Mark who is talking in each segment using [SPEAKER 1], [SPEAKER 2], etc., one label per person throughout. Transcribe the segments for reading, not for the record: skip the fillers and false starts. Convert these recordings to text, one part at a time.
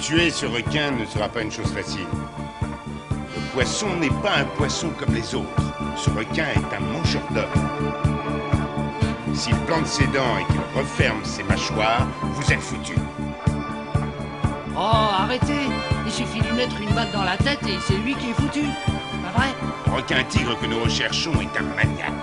[SPEAKER 1] Tuer ce requin ne sera pas une chose facile. Le poisson n'est pas un poisson comme les autres. Ce requin est un mangeur d'hommes. S'il plante ses dents et qu'il referme ses mâchoires, vous êtes foutus.
[SPEAKER 2] Oh, arrêtez! Il suffit de lui mettre une balle dans la tête et c'est lui qui est foutu. Pas vrai?
[SPEAKER 1] Le requin-tigre que nous recherchons est un maniaque.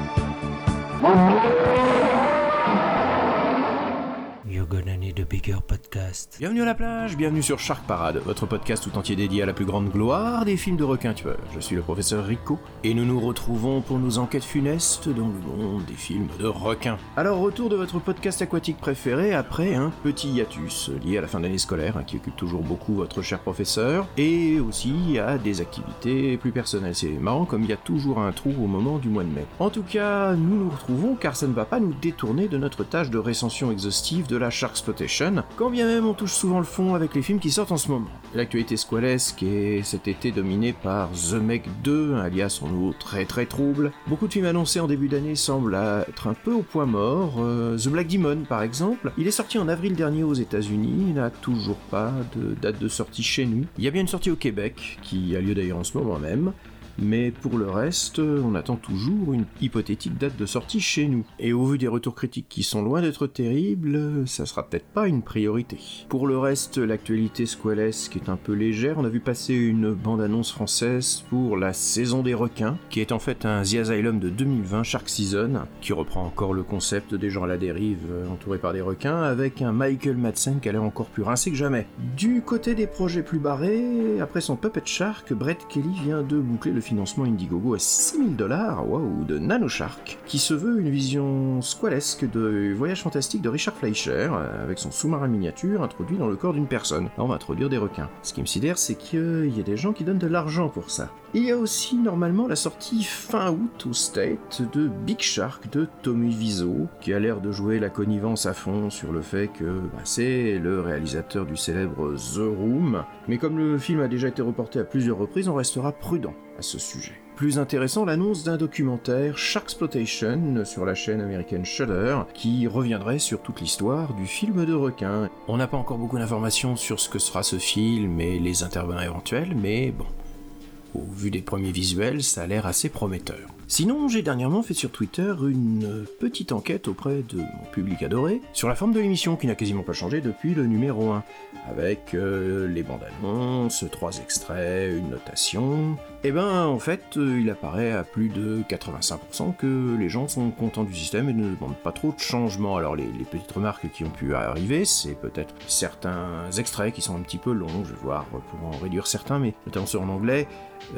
[SPEAKER 3] You're gonna need a bigger podcast.
[SPEAKER 4] Bienvenue à la plage, bienvenue sur Shark Parade, votre podcast tout entier dédié à la plus grande gloire des films de requins tueurs. Je suis le professeur Rico, et nous nous retrouvons pour nos enquêtes funestes dans le monde des films de requins. Alors, retour de votre podcast aquatique préféré après un petit hiatus lié à la fin de l'année scolaire, qui occupe toujours beaucoup votre cher professeur, et aussi à des activités plus personnelles. C'est marrant comme il y a toujours un trou au moment du mois de mai. En tout cas, nous nous retrouvons car ça ne va pas nous détourner de notre tâche de recension exhaustive de la Sharksploitation, quand bien même on touche souvent le fond avec les films qui sortent en ce moment. L'actualité squalesque est cet été dominée par The Meg 2, alias son nouveau très trouble. Beaucoup de films annoncés en début d'année semblent être un peu au point mort. The Black Demon par exemple, il est sorti en avril dernier aux États-Unis, il n'a toujours pas de date de sortie chez nous. Il y a bien une sortie au Québec, qui a lieu d'ailleurs en ce moment même. Mais pour le reste, on attend toujours une hypothétique date de sortie chez nous. Et au vu des retours critiques qui sont loin d'être terribles, ça sera peut-être pas une priorité. Pour le reste, l'actualité squalesque est un peu légère. On a vu passer une bande-annonce française pour la saison des requins, qui est en fait un The Asylum de 2020, Shark Season, qui reprend encore le concept des gens à la dérive entourés par des requins, avec un Michael Madsen qui a l'air encore plus rincé que jamais. Du côté des projets plus barrés, après son Puppet Shark, Brett Kelly vient de boucler le financement Indiegogo à $6 000, waouh, de Nanoshark, qui se veut une vision squalesque de Voyage fantastique de Richard Fleischer, avec son sous-marin miniature introduit dans le corps d'une personne. Là, on va introduire des requins. Ce qui me sidère, c'est qu'il y a des gens qui donnent de l'argent pour ça. Il y a aussi normalement la sortie fin août au State de Big Shark de Tommy Wiseau, qui a l'air de jouer la connivence à fond sur le fait que c'est le réalisateur du célèbre The Room. Mais comme le film a déjà été reporté à plusieurs reprises, on restera prudent à ce sujet. Plus intéressant, l'annonce d'un documentaire Sharksploitation sur la chaîne américaine Shudder qui reviendrait sur toute l'histoire du film de requin. On n'a pas encore beaucoup d'informations sur ce que sera ce film et les intervenants éventuels, mais bon, au vu des premiers visuels, ça a l'air assez prometteur. Sinon, j'ai dernièrement fait sur Twitter une petite enquête auprès de mon public adoré sur la forme de l'émission qui n'a quasiment pas changé depuis le numéro 1, avec les bandes annonces, 3 extraits, une notation. Et en fait, il apparaît à plus de 85% que les gens sont contents du système et ne demandent pas trop de changements. Alors les petites remarques qui ont pu arriver, c'est peut-être certains extraits qui sont un petit peu longs, je vais voir pour en réduire certains, mais notamment ceux en anglais,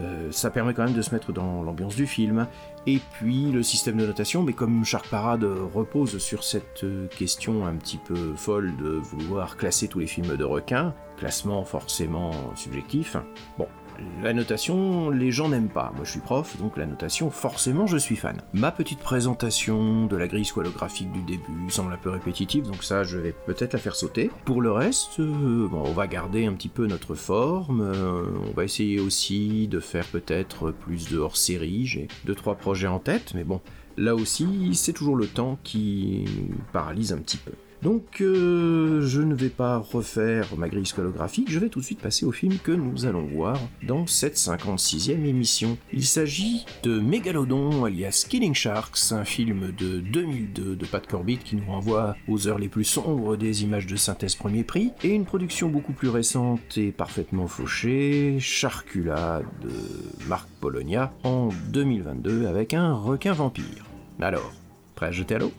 [SPEAKER 4] ça permet quand même de se mettre dans l'ambiance du film. Et puis le système de notation, mais comme Shark Parade repose sur cette question un petit peu folle de vouloir classer tous les films de requins, classement forcément subjectif, bon, la notation, les gens n'aiment pas. Moi je suis prof, donc la notation, forcément je suis fan. Ma petite présentation de la grille squalographique du début semble un peu répétitive, donc ça je vais peut-être la faire sauter. Pour le reste, on va garder un petit peu notre forme, on va essayer aussi de faire peut-être plus de hors-série, j'ai 2-3 projets en tête, mais bon, là aussi c'est toujours le temps qui nous paralyse un petit peu. Donc je ne vais pas refaire ma grille squalographique, je vais tout de suite passer au film que nous allons voir dans cette 56e émission. Il s'agit de Megalodon alias Killing Sharks, un film de 2002 de Pat Corbett qui nous renvoie aux heures les plus sombres des images de synthèse premier prix, et une production beaucoup plus récente et parfaitement fauchée, Sharkula de Marc Polonia en 2022 avec un requin vampire. Alors, prêt à jeter à l'eau ?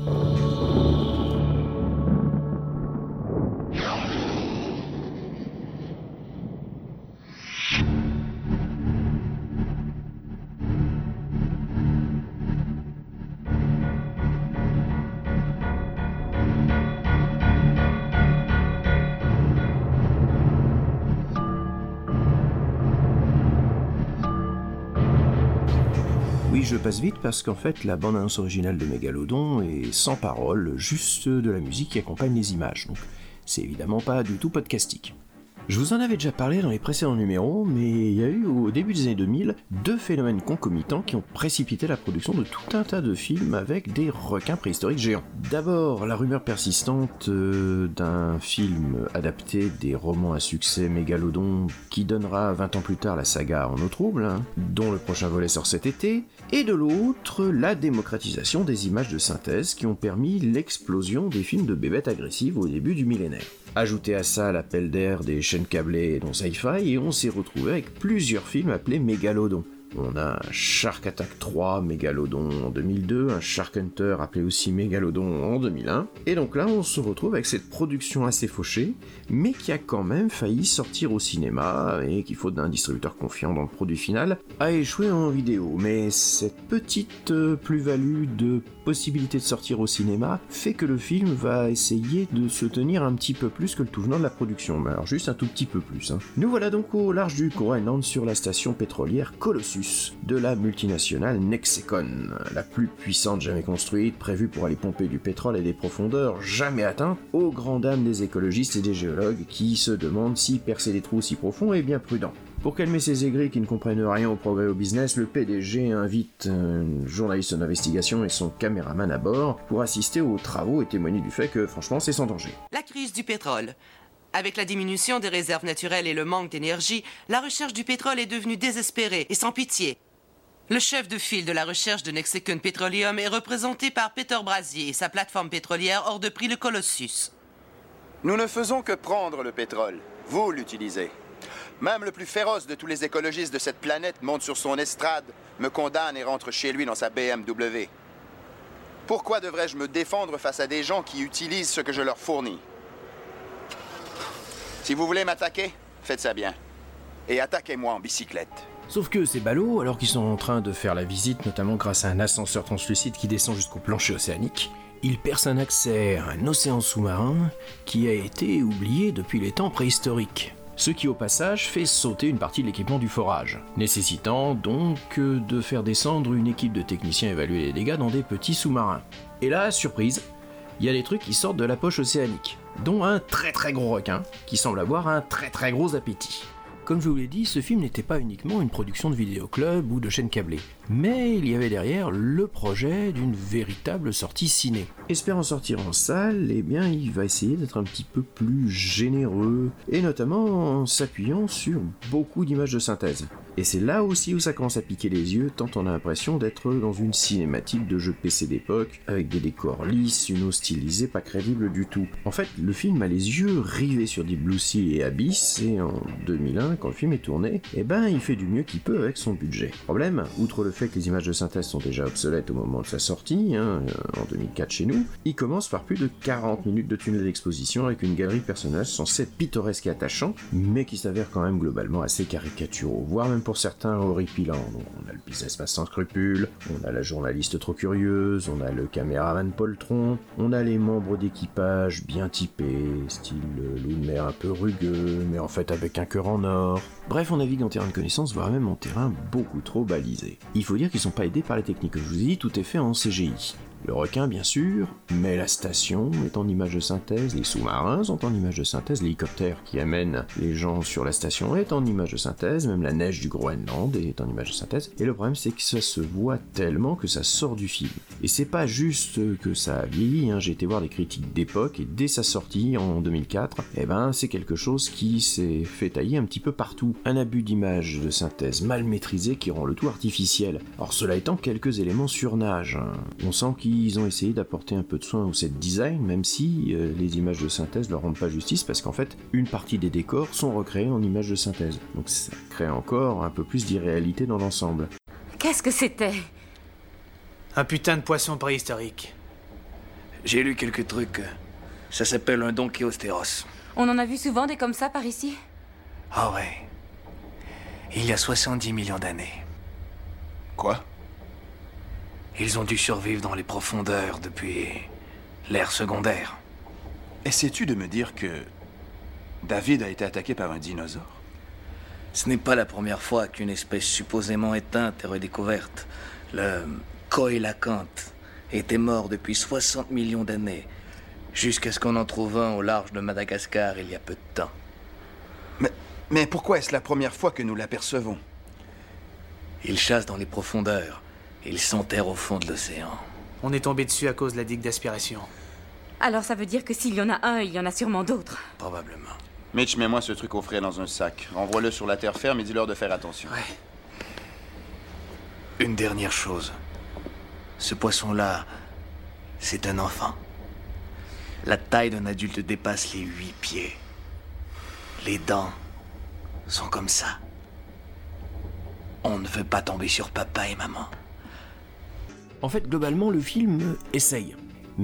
[SPEAKER 4] Oui, je passe vite parce qu'en fait, la bande-annonce originale de Megalodon est sans parole, juste de la musique qui accompagne les images, donc c'est évidemment pas du tout podcastique. Je vous en avais déjà parlé dans les précédents numéros, mais il y a eu au début des années 2000 deux phénomènes concomitants qui ont précipité la production de tout un tas de films avec des requins préhistoriques géants. D'abord, la rumeur persistante d'un film adapté des romans à succès mégalodon qui donnera 20 ans plus tard la saga En eau trouble, dont le prochain volet sort cet été, et de l'autre, la démocratisation des images de synthèse qui ont permis l'explosion des films de bébêtes agressives au début du millénaire. Ajoutez à ça l'appel d'air des chaînes câblées dont Sci-Fi et on s'est retrouvé avec plusieurs films appelés Mégalodon. On a un Shark Attack 3 Mégalodon en 2002, un Shark Hunter appelé aussi Mégalodon en 2001, et donc là on se retrouve avec cette production assez fauchée, mais qui a quand même failli sortir au cinéma, et qui faute d'un distributeur confiant dans le produit final, a échoué en vidéo. Mais cette petite plus-value de possibilité de sortir au cinéma fait que le film va essayer de se tenir un petit peu plus que le tout venant de la production, mais alors juste un tout petit peu plus. Nous voilà donc au large du Groenland sur la station pétrolière Colossus de la multinationale Nexecon, la plus puissante jamais construite, prévue pour aller pomper du pétrole à des profondeurs jamais atteintes, aux grandes dames des écologistes et des géologues qui se demandent si percer des trous si profonds est bien prudent. Pour calmer ces aigris qui ne comprennent rien au progrès au business, le PDG invite un journaliste d'investigation et son caméraman à bord pour assister aux travaux et témoigner du fait que franchement c'est sans danger.
[SPEAKER 5] La crise du pétrole. Avec la diminution des réserves naturelles et le manque d'énergie, la recherche du pétrole est devenue désespérée et sans pitié. Le chef de file de la recherche de Nexecon Petroleum est représenté par Peter Brasier et sa plateforme pétrolière hors de prix le Colossus.
[SPEAKER 6] Nous ne faisons que prendre le pétrole. Vous l'utilisez. Même le plus féroce de tous les écologistes de cette planète monte sur son estrade, me condamne et rentre chez lui dans sa BMW. Pourquoi devrais-je me défendre face à des gens qui utilisent ce que je leur fournis ? Si vous voulez m'attaquer, faites ça bien. Et attaquez-moi en bicyclette.
[SPEAKER 4] Sauf que ces ballots, alors qu'ils sont en train de faire la visite, notamment grâce à un ascenseur translucide qui descend jusqu'au plancher océanique, ils percent un accès à un océan sous-marin qui a été oublié depuis les temps préhistoriques. Ce qui au passage fait sauter une partie de l'équipement du forage, nécessitant donc de faire descendre une équipe de techniciens évaluer les dégâts dans des petits sous-marins. Et là, surprise, il y a des trucs qui sortent de la poche océanique, dont un très très gros requin qui semble avoir un très très gros appétit. Comme je vous l'ai dit, ce film n'était pas uniquement une production de vidéoclub ou de chaîne câblée, mais il y avait derrière le projet d'une véritable sortie ciné. Espérant sortir en salle, eh bien il va essayer d'être un petit peu plus généreux, et notamment en s'appuyant sur beaucoup d'images de synthèse. Et c'est là aussi où ça commence à piquer les yeux, tant on a l'impression d'être dans une cinématique de jeu PC d'époque, avec des décors lisses, une eau stylisée pas crédible du tout. En fait, le film a les yeux rivés sur Deep Blue Sea et Abyss, et en 2001, quand le film est tourné, eh ben il fait du mieux qu'il peut avec son budget. Problème, outre le fait que les images de synthèse sont déjà obsolètes au moment de sa sortie, en 2004 chez nous, il commence par plus de 40 minutes de tunnel d'exposition avec une galerie de personnages censés être pittoresques et attachants, mais qui s'avèrent quand même globalement assez caricaturaux, voire même pour certains horripilants. Donc, on a le businessman sans scrupules, on a la journaliste trop curieuse, on a le caméraman poltron, on a les membres d'équipage bien typés, style loup de mer un peu rugueux, mais en fait avec un cœur en or. Bref, on navigue en terrain de connaissance, voire même en terrain beaucoup trop balisé. Il faut dire qu'ils sont pas aidés par les techniques, comme je vous ai dit, tout est fait en CGI. Le requin, bien sûr, mais la station est en image de synthèse, les sous-marins sont en image de synthèse, l'hélicoptère qui amène les gens sur la station est en image de synthèse, même la neige du Groenland est en image de synthèse, et le problème c'est que ça se voit tellement que ça sort du film. Et c'est pas juste que ça a vieilli, j'ai été voir des critiques d'époque, et dès sa sortie en 2004, c'est quelque chose qui s'est fait tailler un petit peu partout. Un abus d'image de synthèse mal maîtrisé qui rend le tout artificiel. Or cela étant, quelques éléments surnagent. On sent qu'ils ont essayé d'apporter un peu de soin au set design, même si les images de synthèse leur rendent pas justice, parce qu'en fait, une partie des décors sont recréés en images de synthèse. Donc ça crée encore un peu plus d'irréalité dans l'ensemble.
[SPEAKER 7] Qu'est-ce que c'était ?
[SPEAKER 8] Un putain de poisson préhistorique.
[SPEAKER 9] J'ai lu quelques trucs. Ça s'appelle un Donkeyostéros.
[SPEAKER 7] On en a vu souvent des comme ça par ici ?
[SPEAKER 9] Ah ouais. Il y a 70 millions d'années.
[SPEAKER 6] Quoi ?
[SPEAKER 9] Ils ont dû survivre dans les profondeurs depuis l'ère secondaire.
[SPEAKER 6] Essaies-tu de me dire que David a été attaqué par un dinosaure ?
[SPEAKER 9] Ce n'est pas la première fois qu'une espèce supposément éteinte est redécouverte. Le coélacanthe était mort depuis 60 millions d'années, jusqu'à ce qu'on en trouve un au large de Madagascar il y a peu de temps.
[SPEAKER 6] Mais pourquoi est-ce la première fois que nous l'apercevons?
[SPEAKER 9] Il chasse dans les profondeurs. Il s'enterre au fond de l'océan.
[SPEAKER 8] On est tombé dessus à cause de la digue d'aspiration.
[SPEAKER 7] Alors ça veut dire que s'il y en a un, il y en a sûrement d'autres.
[SPEAKER 9] Probablement.
[SPEAKER 6] Mitch, mets-moi ce truc au frais dans un sac. Renvoie-le sur la terre ferme et dis-leur de faire attention.
[SPEAKER 8] Ouais.
[SPEAKER 9] Une dernière chose. Ce poisson-là, c'est un enfant. La taille d'un adulte dépasse les 8 pieds. Les dents sont comme ça. On ne veut pas tomber sur papa et maman.
[SPEAKER 4] En fait, globalement, le film essaye.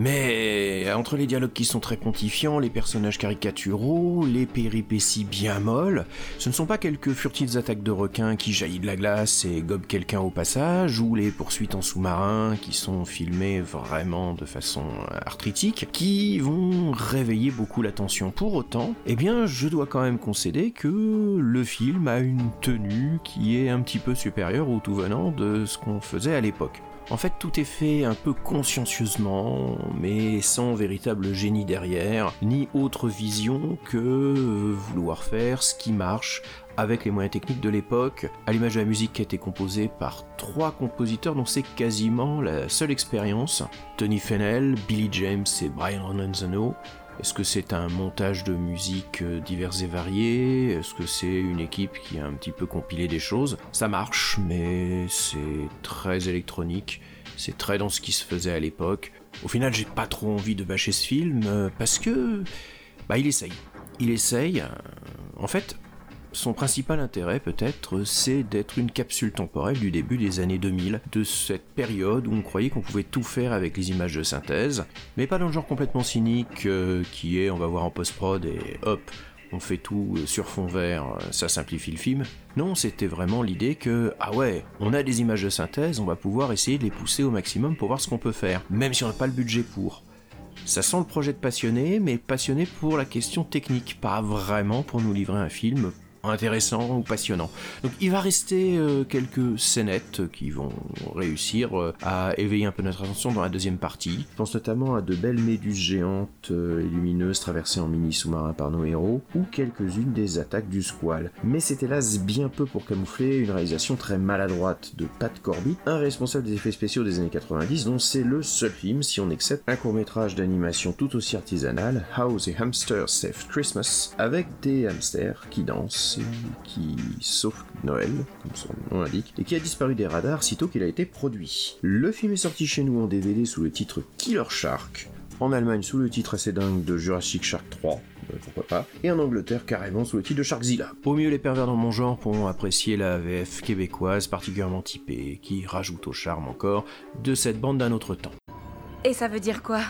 [SPEAKER 4] Mais entre les dialogues qui sont très pontifiants, les personnages caricaturaux, les péripéties bien molles, ce ne sont pas quelques furtives attaques de requins qui jaillissent de la glace et gobent quelqu'un au passage, ou les poursuites en sous-marin qui sont filmées vraiment de façon arthritique, qui vont réveiller beaucoup l'attention. Pour autant, eh bien, je dois quand même concéder que le film a une tenue qui est un petit peu supérieure au tout venant de ce qu'on faisait à l'époque. En fait, tout est fait un peu consciencieusement, mais sans véritable génie derrière, ni autre vision que vouloir faire ce qui marche avec les moyens techniques de l'époque, à l'image de la musique qui a été composée par 3 compositeurs dont c'est quasiment la seule expérience, Tony Fennell, Billy James et Brian Ronanzano. Est-ce que c'est un montage de musique divers et variés? Est-ce que c'est une équipe qui a un petit peu compilé des choses? Ça marche, mais c'est très électronique, c'est très dans ce qui se faisait à l'époque. Au final, j'ai pas trop envie de bâcher ce film, parce que... il essaye. Il essaye... En fait, son principal intérêt, peut-être, c'est d'être une capsule temporelle du début des années 2000, de cette période où on croyait qu'on pouvait tout faire avec les images de synthèse, mais pas dans le genre complètement cynique qui est on va voir en post-prod et hop, on fait tout sur fond vert, ça simplifie le film. Non, c'était vraiment l'idée que, ah ouais, on a des images de synthèse, on va pouvoir essayer de les pousser au maximum pour voir ce qu'on peut faire, même si on n'a pas le budget pour. Ça sent le projet de passionné, mais passionné pour la question technique, pas vraiment pour nous livrer un film intéressant ou passionnant. Donc il va rester quelques scénettes qui vont réussir à éveiller un peu notre attention dans la deuxième partie. Je pense notamment à de belles méduses géantes et lumineuses traversées en mini sous-marin par nos héros, ou quelques-unes des attaques du squale. Mais c'est hélas bien peu pour camoufler une réalisation très maladroite de Pat Corbett, un responsable des effets spéciaux des années 90, dont c'est le seul film, si on accepte un court-métrage d'animation tout aussi artisanal, How the Hamster Saved Christmas, avec des hamsters qui dansent qui sauf Noël, comme son nom l'indique, et qui a disparu des radars sitôt qu'il a été produit. Le film est sorti chez nous en DVD sous le titre Killer Shark, en Allemagne sous le titre assez dingue de Jurassic Shark 3, pourquoi pas, et en Angleterre carrément sous le titre de Sharkzilla. Au mieux, les pervers dans mon genre pourront apprécier la VF québécoise particulièrement typée, qui rajoute au charme encore de cette bande d'un autre temps.
[SPEAKER 7] Et ça veut dire quoi?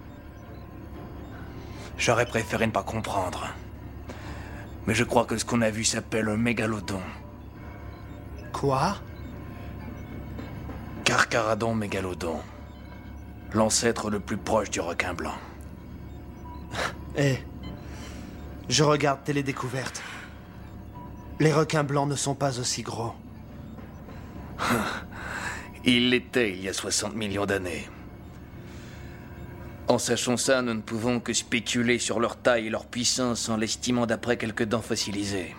[SPEAKER 9] J'aurais préféré ne pas comprendre. Mais je crois que ce qu'on a vu s'appelle un mégalodon.
[SPEAKER 8] Quoi?
[SPEAKER 9] Carcharodon mégalodon. L'ancêtre le plus proche du requin blanc.
[SPEAKER 10] Je regarde Télédécouverte. Les requins blancs ne sont pas aussi gros.
[SPEAKER 9] Ils l'étaient il y a 60 millions d'années. En sachant ça, nous ne pouvons que spéculer sur leur taille et leur puissance en l'estimant d'après quelques dents fossilisées.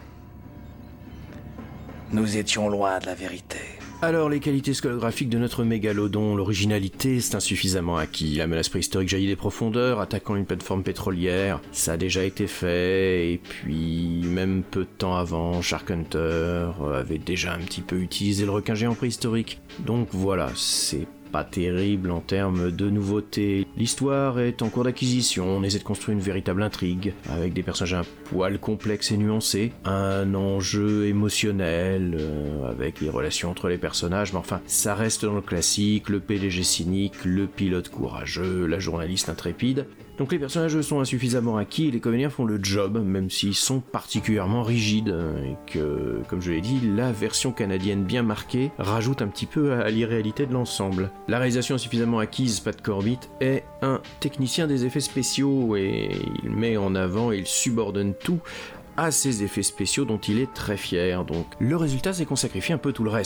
[SPEAKER 9] Nous étions loin de la vérité.
[SPEAKER 4] Alors, les qualités scolographiques de notre mégalodon, l'originalité, c'est insuffisamment acquis. La menace préhistorique jaillit des profondeurs, attaquant une plateforme pétrolière, ça a déjà été fait, et puis, même peu de temps avant, Shark Hunter avait déjà un petit peu utilisé le requin géant préhistorique. Donc voilà, c'est pas terrible en termes de nouveautés. L'histoire est en cours d'acquisition, on essaie de construire une véritable intrigue, avec des personnages un poil complexes et nuancés, un enjeu émotionnel, avec les relations entre les personnages, mais enfin, ça reste dans le classique, le PDG cynique, le pilote courageux, la journaliste intrépide. Donc les personnages sont insuffisamment acquis et les comédiens font le job, même s'ils sont particulièrement rigides, et que, comme je l'ai dit, la version canadienne bien marquée rajoute un petit peu à l'irréalité de l'ensemble. La réalisation suffisamment acquise, Pat Corbett est un technicien des effets spéciaux, et il met en avant et il subordonne tout à ces effets spéciaux dont il est très fier, donc le résultat c'est qu'on sacrifie un peu tout le reste.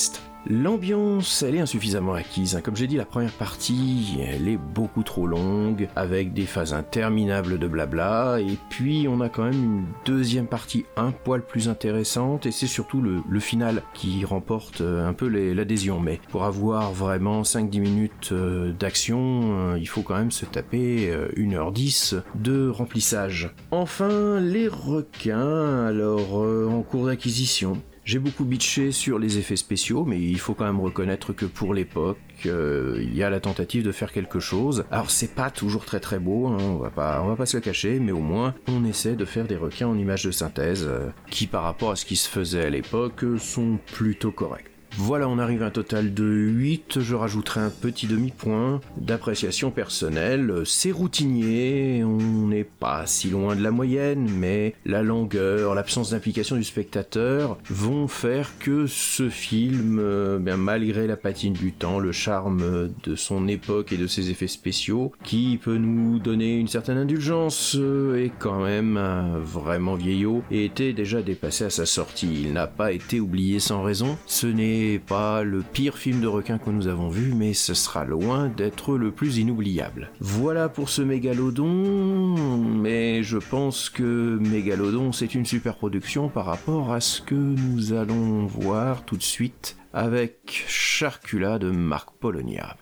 [SPEAKER 4] L'ambiance, elle est insuffisamment acquise. Comme j'ai dit, la première partie, elle est beaucoup trop longue, avec des phases interminables de blabla, et puis on a quand même une deuxième partie un poil plus intéressante, et c'est surtout le final qui remporte un peu l'adhésion. Mais pour avoir vraiment 5-10 minutes d'action, il faut quand même se taper 1h10 de remplissage. Enfin, les requins, alors en cours d'acquisition. J'ai beaucoup bitché sur les effets spéciaux, mais il faut quand même reconnaître que pour l'époque, il y a la tentative de faire quelque chose. Alors c'est pas toujours très très beau, hein, on va pas se le cacher, mais au moins on essaie de faire des requins en images de synthèse, qui par rapport à ce qui se faisait à l'époque, sont plutôt corrects. Voilà, on arrive à un total de 8, je rajouterai un petit demi-point d'appréciation personnelle. C'est routinier, on n'est pas si loin de la moyenne, mais la longueur, l'absence d'implication du spectateur vont faire que ce film, malgré la patine du temps, le charme de son époque et de ses effets spéciaux, qui peut nous donner une certaine indulgence, est quand même vraiment vieillot et était déjà dépassé à sa sortie. Il n'a pas été oublié sans raison. Ce n'est pas le pire film de requin que nous avons vu, mais ce sera loin d'être le plus inoubliable. Voilà pour ce Mégalodon, mais je pense que Mégalodon c'est une super production par rapport à ce que nous allons voir tout de suite avec Sharkula de Marc Polonia.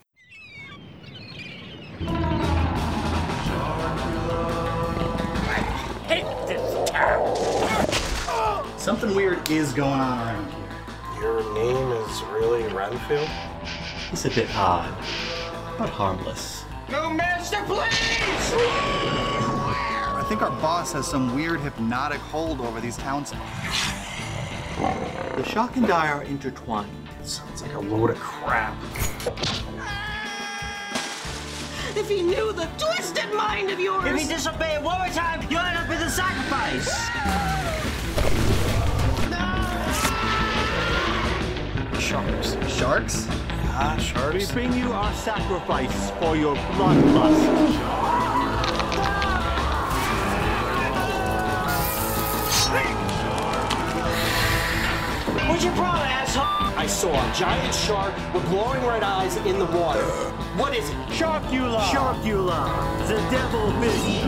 [SPEAKER 11] Something weird is going on around here.
[SPEAKER 12] Your name is really Renfield?
[SPEAKER 11] It's a bit odd, but harmless.
[SPEAKER 2] No, master, please!
[SPEAKER 13] I think our boss has some weird hypnotic hold over these townsfolk.
[SPEAKER 11] The shock and die are intertwined.
[SPEAKER 12] Sounds like a load of crap.
[SPEAKER 2] If he knew the twisted mind of yours!
[SPEAKER 14] If he disobeyed one more time, you'll end up with a sacrifice!
[SPEAKER 13] Sharks. Sharks?
[SPEAKER 12] Ah, sharks.
[SPEAKER 14] We bring you our sacrifice for your bloodlust. What's your problem, asshole?
[SPEAKER 12] I saw a giant shark with glowing red eyes in the water. What is it?
[SPEAKER 14] Sharkula! Sharkula! The devil fish!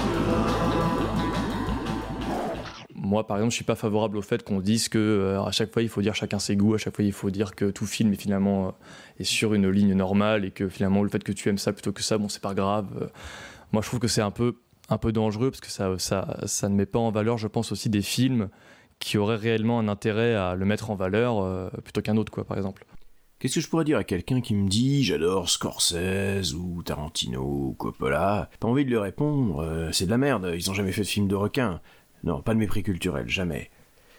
[SPEAKER 15] Moi, par exemple, je suis pas favorable au fait qu'on dise que à chaque fois il faut dire chacun ses goûts, à chaque fois il faut dire que tout film est finalement est sur une ligne normale et que finalement le fait que tu aimes ça plutôt que ça, bon, c'est pas grave. Moi, je trouve que c'est un peu dangereux parce que ça ne met pas en valeur, je pense, aussi des films qui auraient réellement un intérêt à le mettre en valeur plutôt qu'un autre, quoi, par exemple.
[SPEAKER 4] Qu'est-ce que je pourrais dire à quelqu'un qui me dit « J'adore Scorsese ou Tarantino ou Coppola ?» Pas envie de lui répondre « C'est de la merde, ils ont jamais fait de film de requin. » Non, pas de mépris culturel, jamais.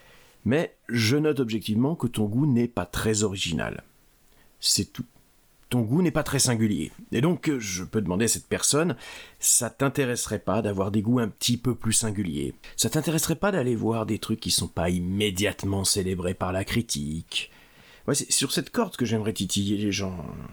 [SPEAKER 4] Mais je note objectivement que ton goût n'est pas très original. C'est tout. Ton goût n'est pas très singulier. Et donc, je peux demander à cette personne, ça t'intéresserait pas d'avoir des goûts un petit peu plus singuliers? Ça t'intéresserait pas d'aller voir des trucs qui sont pas immédiatement célébrés par la critique? Ouais, c'est sur cette corde que j'aimerais titiller les gens.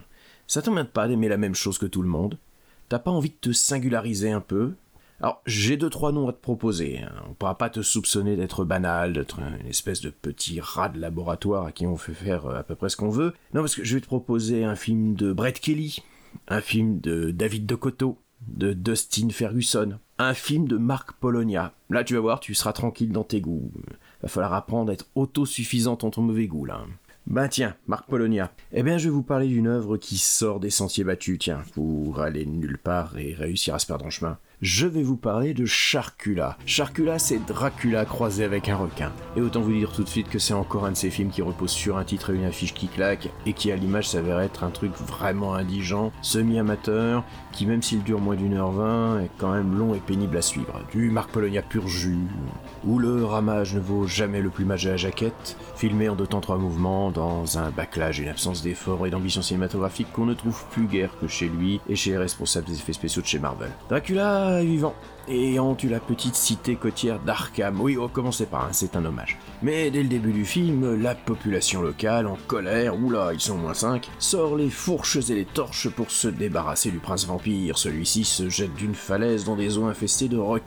[SPEAKER 4] Ça t'emmerde pas d'aimer la même chose que tout le monde? T'as pas envie de te singulariser un peu? Alors, j'ai 2-3 noms à te proposer. On pourra pas te soupçonner d'être banal, d'être une espèce de petit rat de laboratoire à qui on fait faire à peu près ce qu'on veut. Non, parce que je vais te proposer un film de Brett Kelly, un film de David Decotto, de Dustin Ferguson, un film de Marc Polonia. Là, tu vas voir, tu seras tranquille dans tes goûts. Va falloir apprendre à être autosuffisant dans ton mauvais goût, là. Ben tiens, Marc Polonia. Eh bien, je vais vous parler d'une œuvre qui sort des sentiers battus, tiens, pour aller nulle part et réussir à se perdre en chemin. Je vais vous parler de Sharkula. Sharkula, c'est Dracula croisé avec un requin. Et autant vous dire tout de suite que c'est encore un de ces films qui repose sur un titre et une affiche qui claque, et qui à l'image s'avère être un truc vraiment indigent, semi-amateur, qui même s'il dure moins d'1h20, est quand même long et pénible à suivre. Du Marc Polonia pur jus, où le ramage ne vaut jamais le plumage à la jaquette, filmé en 2 temps 3 mouvements, dans un bâclage et une absence d'effort et d'ambition cinématographique qu'on ne trouve plus guère que chez lui et chez les responsables des effets spéciaux de chez Marvel. Dracula est vivant, et hante la petite cité côtière d'Arkham. Oui, oh, commencez pas, hein, c'est un hommage. Mais dès le début du film, la population locale, en colère, oula, ils sont au moins 5, sort les fourches et les torches pour se débarrasser du prince vampire. Celui-ci se jette d'une falaise dans des eaux infestées de requins.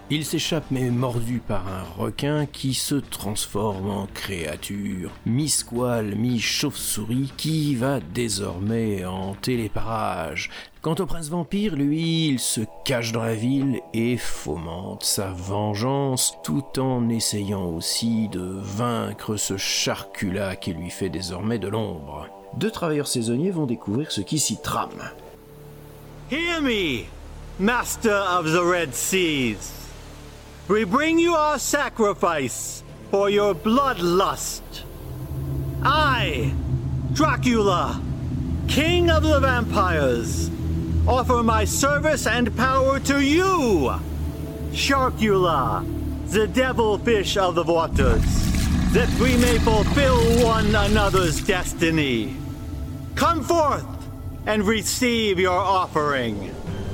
[SPEAKER 4] Il s'échappe mais mordu par un requin qui se transforme en créature mi-squale, mi-chauve-souris qui va désormais hanter les parages. Quant au prince vampire, lui, il se cache dans la ville et fomente sa vengeance tout en essayant aussi de vaincre ce charcula qui lui fait désormais de l'ombre. Deux travailleurs saisonniers vont découvrir ce qui s'y trame.
[SPEAKER 14] Hear me, master of the Red Seas. We bring you our sacrifice for your bloodlust. I, Dracula, king of the vampires, offer my service and power to you, Sharkula, the devil fish of the waters, that we may fulfill one another's destiny. Come forth and receive your offering.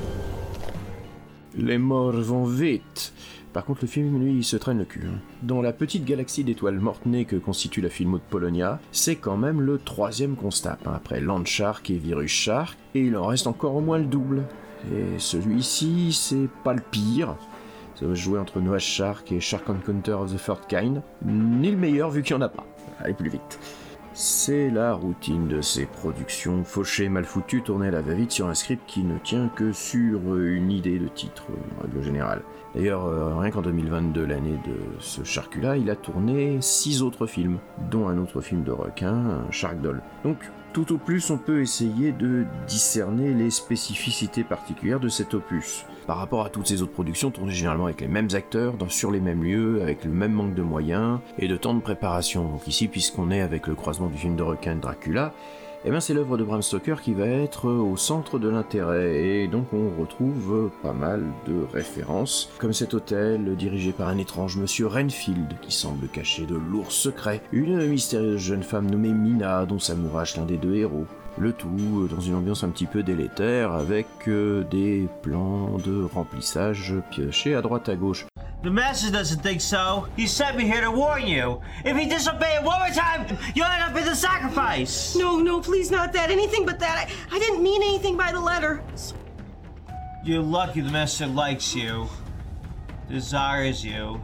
[SPEAKER 4] Les morts vont vite. Par contre, le film, lui, il se traîne le cul. Dans la petite galaxie d'étoiles mortes-nées que constitue la filmo de Polonia, c'est quand même le troisième qu'on se tape, après Landshark et Virus Shark, et il en reste encore au moins le double. Et celui-ci, c'est pas le pire. Ça va jouer entre Noah Shark et Shark Encounter of the Third Kind, ni le meilleur vu qu'il n'y en a pas. Allez plus vite. C'est la routine de ces productions fauchées, mal foutues, tournées à la va-vite sur un script qui ne tient que sur une idée de titre, en règle générale. D'ailleurs, rien qu'en 2022, l'année de ce Sharkula, il a tourné 6 autres films, dont un autre film de requin, un Shark Doll. Donc, tout au plus, on peut essayer de discerner les spécificités particulières de cet opus. Par rapport à toutes ces autres productions tournées généralement avec les mêmes acteurs, sur les mêmes lieux, avec le même manque de moyens et de temps de préparation. Donc ici, puisqu'on est avec le croisement du film de requin et de Dracula, c'est l'œuvre de Bram Stoker qui va être au centre de l'intérêt, et donc on retrouve pas mal de références, comme cet hôtel dirigé par un étrange monsieur Renfield qui semble cacher de lourds secrets, une mystérieuse jeune femme nommée Mina dont s'amourache l'un des deux héros. Le tout dans une ambiance un petit peu délétère avec des plans de remplissage piochés à droite à gauche.
[SPEAKER 16] The master doesn't think so. He sent me here to warn you. If you disobey it one more time, you'll end up in the sacrifice.
[SPEAKER 17] No, please not that. Anything but that. I didn't mean anything by the letter.
[SPEAKER 16] You're lucky the master likes you, desires you.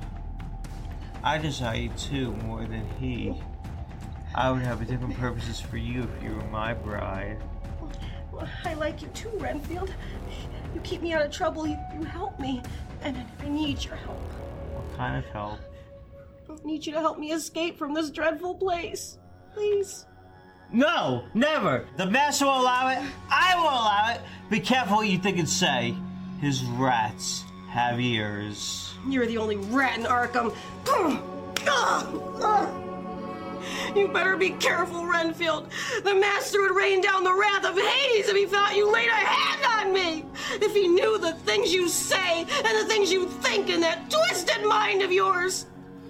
[SPEAKER 16] I desire you too, more than he. I would have different purposes for you if you were my bride.
[SPEAKER 17] Well, I like you too, Renfield. You keep me out of trouble, you help me, and I need your help.
[SPEAKER 16] What kind of help?
[SPEAKER 17] I need you to help me escape from this dreadful place. Please.
[SPEAKER 16] No, never. The master will allow it. I will allow it. Be careful what you think and say. His rats have ears.
[SPEAKER 17] You're the only rat in Arkham. You better be careful, Renfield. The master would rain down the wrath of Hades if he thought you laid a hand on me. If he knew the things you say and the things you think in that twisted mind of yours.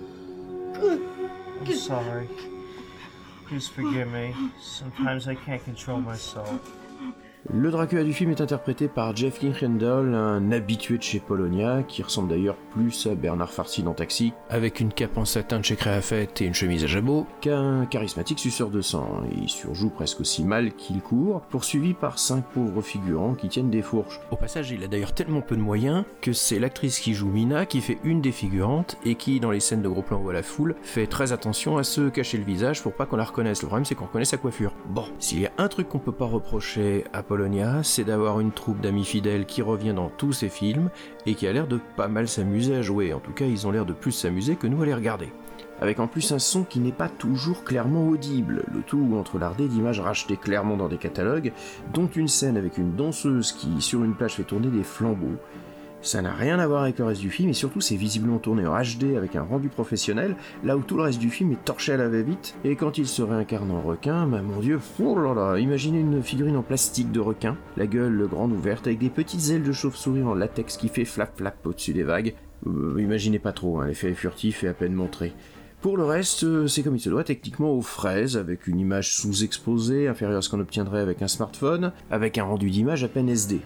[SPEAKER 16] I'm sorry. Please forgive me. Sometimes I can't control myself.
[SPEAKER 4] Le Dracula du film est interprété par Jeff Kinchendall, un habitué de chez Polonia, qui ressemble d'ailleurs plus à Bernard Farcy dans Taxi, avec une cape en satin de chez Créafette et une chemise à jabot, qu'un charismatique suceur de sang. Il surjoue presque aussi mal qu'il court, poursuivi par 5 pauvres figurants qui tiennent des fourches. Au passage, il a d'ailleurs tellement peu de moyens que c'est l'actrice qui joue Mina qui fait une des figurantes et qui, dans les scènes de gros plans où à la foule, fait très attention à se cacher le visage pour pas qu'on la reconnaisse. Le problème, c'est qu'on reconnaît sa coiffure. Bon, s'il y a un truc qu'on peut pas reprocher à Polonia, c'est d'avoir une troupe d'amis fidèles qui revient dans tous ses films et qui a l'air de pas mal s'amuser à jouer. En tout cas, ils ont l'air de plus s'amuser que nous à les regarder. Avec en plus un son qui n'est pas toujours clairement audible, le tout entrelardé d'images rachetées clairement dans des catalogues, dont une scène avec une danseuse qui, sur une plage, fait tourner des flambeaux. Ça n'a rien à voir avec le reste du film, et surtout c'est visiblement tourné en HD avec un rendu professionnel, là où tout le reste du film est torché à la va-vite, et quand il se réincarne en requin, mon dieu, oh là là, imaginez une figurine en plastique de requin, la gueule grande ouverte, avec des petites ailes de chauve-souris en latex qui fait flap-flap au-dessus des vagues. Imaginez pas trop, l'effet est furtif et à peine montré. Pour le reste, c'est comme il se doit, techniquement aux fraises, avec une image sous-exposée, inférieure à ce qu'on obtiendrait avec un smartphone, avec un rendu d'image à peine SD.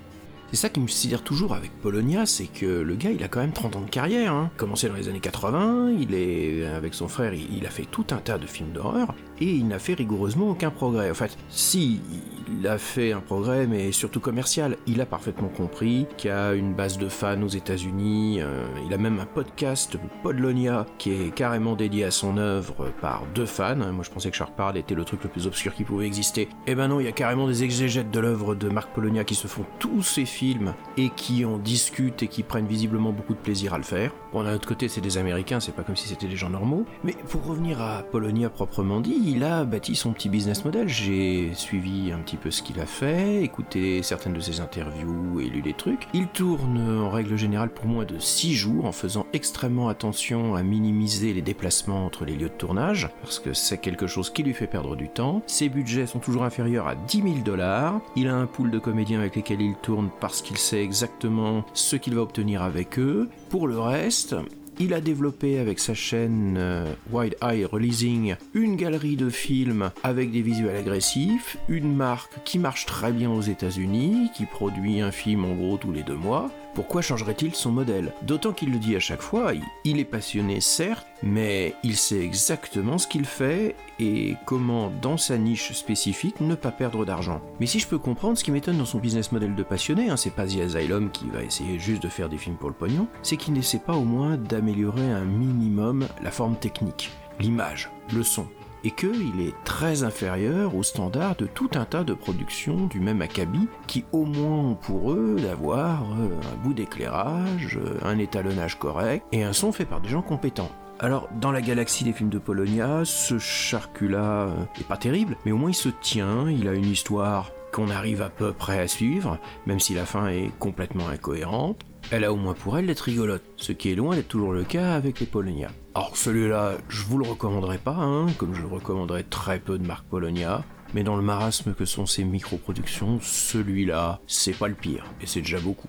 [SPEAKER 4] C'est ça qui me sidère toujours avec Polonia, c'est que le gars, il a quand même 30 ans de carrière, hein. Commencé dans les années 80, avec son frère, il a fait tout un tas de films d'horreur, et il n'a fait rigoureusement aucun progrès. En fait, si, il a fait un progrès, mais surtout commercial. Il a parfaitement compris qu'il y a une base de fans aux États-Unis. Il a même un podcast, Podlonia, qui est carrément dédié à son œuvre par 2 fans. Moi, je pensais que Shark Parade était le truc le plus obscur qui pouvait exister. Eh ben non, il y a carrément des exégètes de l'œuvre de Marc Polonia qui se font tous ces films et qui en discutent et qui prennent visiblement beaucoup de plaisir à le faire. Bon, d'un autre côté, c'est des Américains, c'est pas comme si c'était des gens normaux. Mais pour revenir à Polonia proprement dit, il a bâti son petit business model. J'ai suivi un petit peu ce qu'il a fait, écouté certaines de ses interviews et lu des trucs. Il tourne en règle générale pour moins de 6 jours en faisant extrêmement attention à minimiser les déplacements entre les lieux de tournage, parce que c'est quelque chose qui lui fait perdre du temps. Ses budgets sont toujours inférieurs à $10 000. Il a un pool de comédiens avec lesquels il tourne parce qu'il sait exactement ce qu'il va obtenir avec eux. Pour le reste, il a développé avec sa chaîne Wide Eye Releasing une galerie de films avec des visuels agressifs, une marque qui marche très bien aux États-Unis, qui produit un film en gros tous les 2 mois. Pourquoi changerait-il son modèle ? D'autant qu'il le dit à chaque fois, il est passionné certes, mais il sait exactement ce qu'il fait et comment, dans sa niche spécifique, ne pas perdre d'argent. Mais si je peux comprendre, ce qui m'étonne dans son business model de passionné, c'est pas The Asylum qui va essayer juste de faire des films pour le pognon, c'est qu'il n'essaie pas au moins d'améliorer un minimum la forme technique, l'image, le son. Et qu'il est très inférieur aux standards de tout un tas de productions du même acabit qui au moins ont pour eux d'avoir un bout d'éclairage, un étalonnage correct et un son fait par des gens compétents. Alors, dans la galaxie des films de Polonia, ce charcul-là est pas terrible, mais au moins il se tient, il a une histoire qu'on arrive à peu près à suivre, même si la fin est complètement incohérente. Elle a au moins pour elle d'être rigolote, ce qui est loin d'être toujours le cas avec les Polonia. Alors celui-là, je vous le recommanderais pas, comme je recommanderais très peu de Marc Polonia, mais dans le marasme que sont ces micro-productions, celui-là, c'est pas le pire, et c'est déjà beaucoup.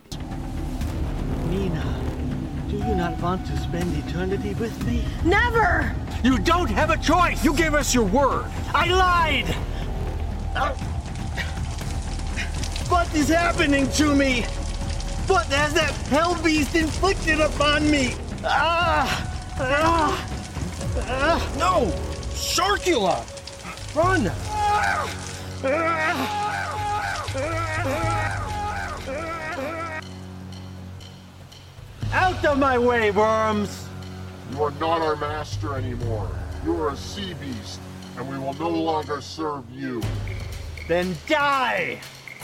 [SPEAKER 14] Nina, do you not want to spend eternity with me?
[SPEAKER 17] Never!
[SPEAKER 14] You don't have a choice! You gave us your word! I lied! What is happening to me? What has that hell beast inflicted upon me? No! Sharkula! Run! Out of my way, worms!
[SPEAKER 18] You are not our master anymore. You are a sea beast, and we will no longer serve you.
[SPEAKER 14] Then die!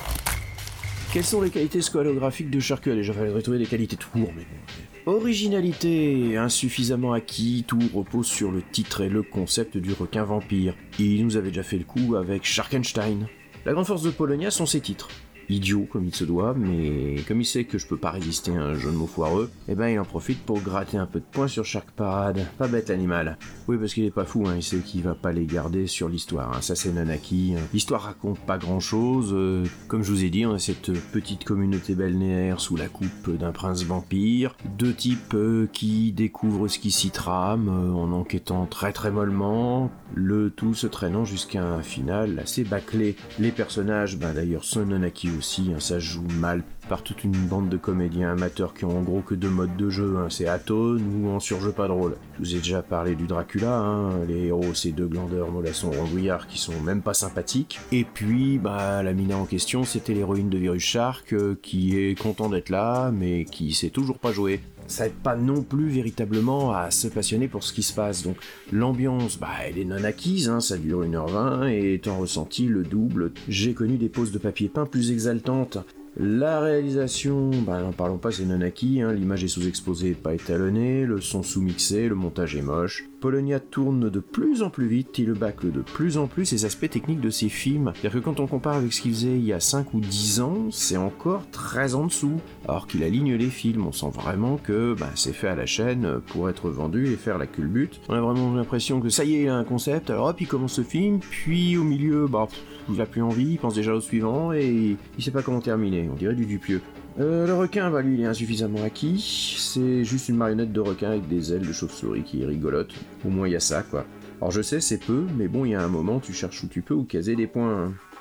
[SPEAKER 4] Quelles sont les qualités squalographiques de Sharkula ? Déjà, il faudrait trouver des qualités tout court, mais bon. Originalité, insuffisamment acquis, tout repose sur le titre et le concept du requin vampire. Il nous avait déjà fait le coup avec Sharkenstein. La grande force de Polonia sont ses titres. Idiot comme il se doit, mais comme il sait que je peux pas résister à un jeu de mots foireux, eh ben il en profite pour gratter un peu de points sur Shark Parade. Pas bête l'animal. Oui, parce qu'il est pas fou, il sait qu'il va pas les garder sur l'histoire, ça c'est non acquis. L'histoire raconte pas grand chose, comme je vous ai dit, on a cette petite communauté balnéaire sous la coupe d'un prince vampire, 2 types qui découvrent ce qui s'y trame en enquêtant très très mollement, le tout se traînant jusqu'à un final assez bâclé. Les personnages, d'ailleurs sont non acquis aussi, ça se joue mal par toute une bande de comédiens amateurs qui ont en gros que 2 modes de jeu, c'est atone ou en surjeu pas drôle. Je vous ai déjà parlé du Dracula, les héros c'est 2 glandeurs mollassons rondouillards qui sont même pas sympathiques, et puis la Mina en question c'était l'héroïne de Virus Shark qui est content d'être là mais qui sait toujours pas jouer. Ça aide pas non plus véritablement à se passionner pour ce qui se passe, donc l'ambiance, elle est non acquise, ça dure 1h20, et étant ressenti le double, j'ai connu des pauses de papier peint plus exaltantes. La réalisation, n'en parlons pas, c'est non acquis, l'image est sous-exposée, pas étalonnée, le son sous-mixé, le montage est moche. Polonia tourne de plus en plus vite, il bâcle de plus en plus les aspects techniques de ses films. C'est-à-dire que quand on compare avec ce qu'il faisait il y a 5 ou 10 ans, c'est encore très en dessous. Alors qu'il aligne les films, on sent vraiment que c'est fait à la chaîne pour être vendu et faire la culbute. On a vraiment l'impression que ça y est, il a un concept, alors hop, il commence ce film, puis au milieu, il a plus envie, il pense déjà au suivant et il sait pas comment terminer, on dirait du Dupieux. Le requin, lui, il est insuffisamment acquis, c'est juste une marionnette de requin avec des ailes de chauve-souris qui est rigolote, au moins il y a ça, quoi. Alors je sais, c'est peu, mais bon, il y a un moment, tu cherches où tu peux ou caser des points.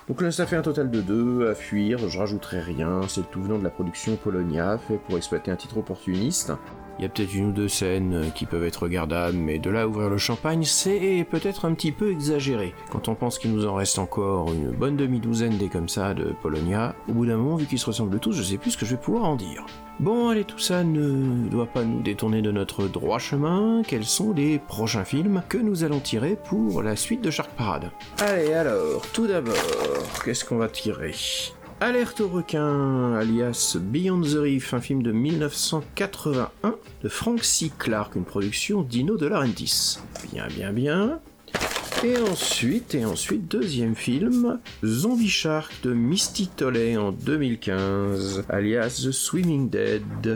[SPEAKER 4] Donc là ça fait un total de 2 à fuir, je rajouterai rien, c'est le tout venant de la production Polonia, fait pour exploiter un titre opportuniste. Il y a peut-être une ou deux scènes qui peuvent être regardables, mais de là à ouvrir le champagne, c'est peut-être un petit peu exagéré. Quand on pense qu'il nous en reste encore une bonne demi-douzaine des comme ça de Polonia, au bout d'un moment, vu qu'ils se ressemblent tous, je sais plus ce que je vais pouvoir en dire. Bon, allez, tout ça ne doit pas nous détourner de notre droit chemin. Quels sont les prochains films que nous allons tirer pour la suite de Shark Parade? Allez, alors, tout d'abord, qu'est-ce qu'on va tirer? Alerte au requin, alias Beyond the Reef, un film de 1981 de Frank C. Clark, une production d'Ino De Laurentiis. Bien. Et ensuite, deuxième film, Zombie Shark de Misty Tolley en 2015, alias The Swimming Dead.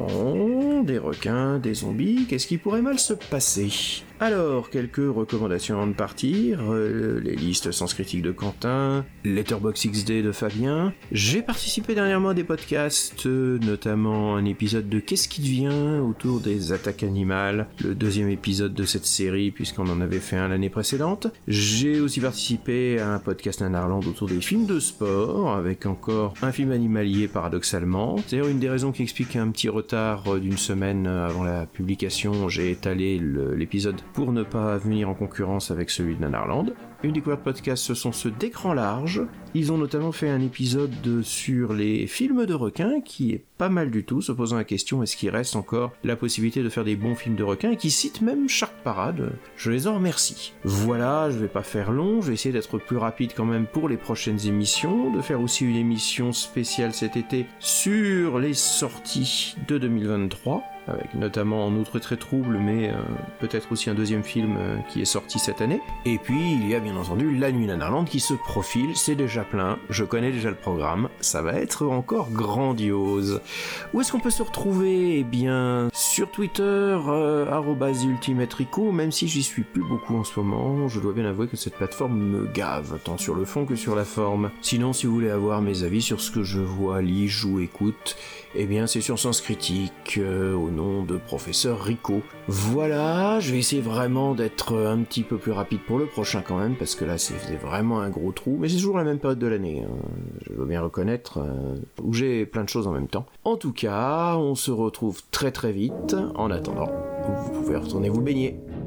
[SPEAKER 4] Bon, des requins, des zombies, qu'est-ce qui pourrait mal se passer? Alors, quelques recommandations avant de partir, les listes Sens Critique de Quentin, Letterboxd XD de Fabien. J'ai participé dernièrement à des podcasts, notamment un épisode de Qu'est-ce qui devient autour des attaques animales, le deuxième épisode de cette série puisqu'on en avait fait un l'année précédente. J'ai aussi participé à un podcast Nanarland autour des films de sport, avec encore un film animalier paradoxalement. C'est d'ailleurs une des raisons qui explique un petit retard d'une semaine avant la publication, j'ai étalé l'épisode pour ne pas venir en concurrence avec celui de Nanarland. Une découverte podcast, ce sont ceux d'Écran Large. Ils ont notamment fait un épisode sur les films de requins qui est pas mal du tout, se posant la question est-ce qu'il reste encore la possibilité de faire des bons films de requins, et qui citent même Shark Parade. Je les en remercie. Voilà, je vais pas faire long, je vais essayer d'être plus rapide quand même pour les prochaines émissions, de faire aussi une émission spéciale cet été sur les sorties de 2023. Avec notamment En outre très trouble, mais peut-être aussi un deuxième film qui est sorti cette année. Et puis il y a bien entendu La Nuit Nanarland qui se profile, c'est déjà plein, je connais déjà le programme, ça va être encore grandiose. Où est-ce qu'on peut se retrouver? Eh bien, sur Twitter, @ultimateRico, même si j'y suis plus beaucoup en ce moment, je dois bien avouer que cette plateforme me gave, tant sur le fond que sur la forme. Sinon, si vous voulez avoir mes avis sur ce que je vois, lis, joue, écoute, eh bien c'est sur Sens Critique, au nom de Professeur Rico. Voilà, je vais essayer vraiment d'être un petit peu plus rapide pour le prochain quand même, parce que là c'est vraiment un gros trou, mais c'est toujours la même période de l'année, je dois bien reconnaître, où j'ai plein de choses en même temps. En tout cas, on se retrouve très très vite. En attendant, vous pouvez retourner vous baigner.